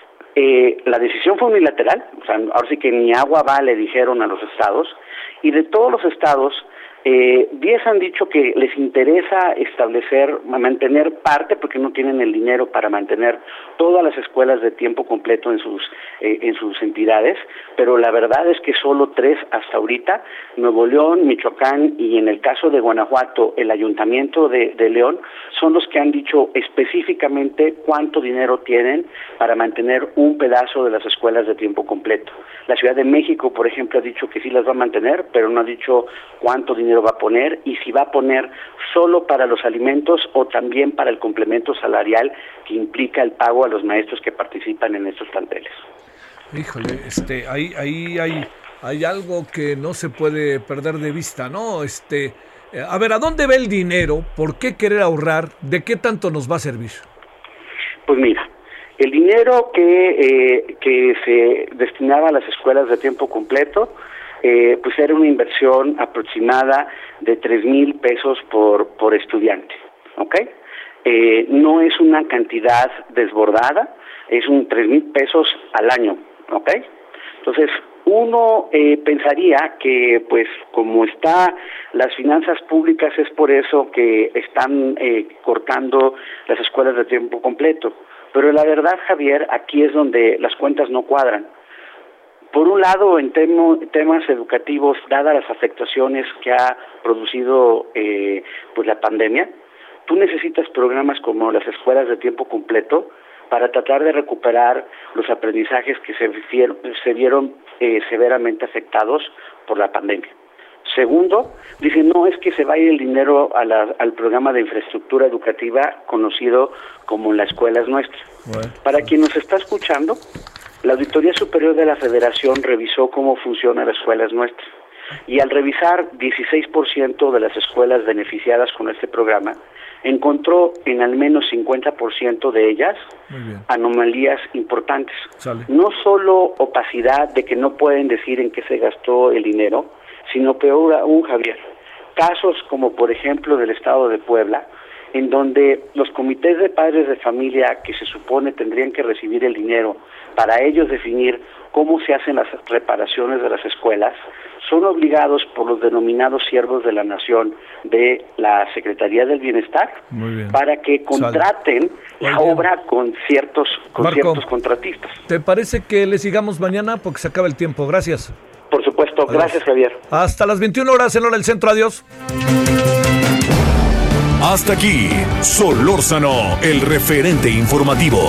Speaker 10: La decisión fue unilateral, ahora sí que ni agua va, le dijeron a los estados, y de todos los estados, 10 han dicho que les interesa mantener parte, porque no tienen el dinero para mantener todas las escuelas de tiempo completo en sus entidades, pero la verdad es que solo 3 hasta ahorita, Nuevo León, Michoacán y en el caso de Guanajuato, el Ayuntamiento de León, son los que han dicho específicamente cuánto dinero tienen para mantener un pedazo de las escuelas de tiempo completo. La Ciudad de México, por ejemplo, ha dicho que sí las va a mantener, pero no ha dicho cuánto dinero va a poner y si va a poner solo para los alimentos o también para el complemento salarial que implica el pago a los maestros que participan en estos planteles.
Speaker 3: Híjole, ahí hay algo que no se puede perder de vista, ¿no? A ver, ¿a dónde va el dinero? ¿Por qué querer ahorrar? ¿De qué tanto nos va a servir?
Speaker 10: Pues mira, el dinero que se destinaba a las escuelas de tiempo completo, pues era una inversión aproximada de 3,000 pesos por estudiante, ¿ok? No es una cantidad desbordada, es un 3,000 pesos al año, ¿ok? Entonces, uno pensaría que, pues, como está las finanzas públicas, es por eso que están cortando las escuelas de tiempo completo. Pero la verdad, Javier, aquí es donde las cuentas no cuadran. Por un lado, en temas educativos, dadas las afectaciones que ha producido pues la pandemia, tú necesitas programas como las escuelas de tiempo completo para tratar de recuperar los aprendizajes que se vieron severamente afectados por la pandemia. Segundo, dicen, no es que se vaya el dinero al programa de infraestructura educativa conocido como La Escuela es Nuestra. Bueno. Para quien nos está escuchando, la Auditoría Superior de la Federación revisó cómo funciona La Escuela es Nuestra. Y al revisar 16% de las escuelas beneficiadas con este programa, encontró en al menos 50% de ellas anomalías importantes. Sale. No solo opacidad de que no pueden decir en qué se gastó el dinero, sino peor aún, Javier, casos como por ejemplo del estado de Puebla, en donde los comités de padres de familia que se supone tendrían que recibir el dinero para ellos definir cómo se hacen las reparaciones de las escuelas, son obligados por los denominados siervos de la nación de la Secretaría del Bienestar para que contraten la obra con ciertos contratistas.
Speaker 3: ¿Te parece que le sigamos mañana? Porque se acaba el tiempo. Gracias.
Speaker 10: Por supuesto. Adiós. Gracias, Javier.
Speaker 3: Hasta las 21 horas en Hora del Centro. Adiós.
Speaker 2: Hasta aquí, Solórzano, el referente informativo.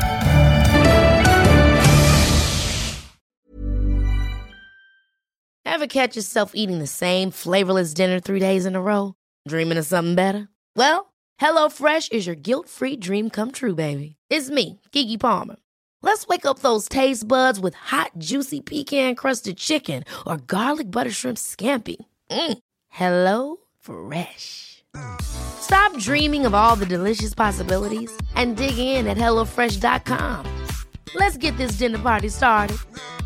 Speaker 1: Ever catch yourself eating the same flavorless dinner 3 days in a row? Dreaming of something better? Well, HelloFresh is your guilt-free dream come true, baby. It's me, Keke Palmer. Let's wake up those taste buds with hot, juicy pecan-crusted chicken or garlic butter shrimp scampi. Hello Fresh. Stop dreaming of all the delicious possibilities and dig in at HelloFresh.com. Let's get this dinner party started.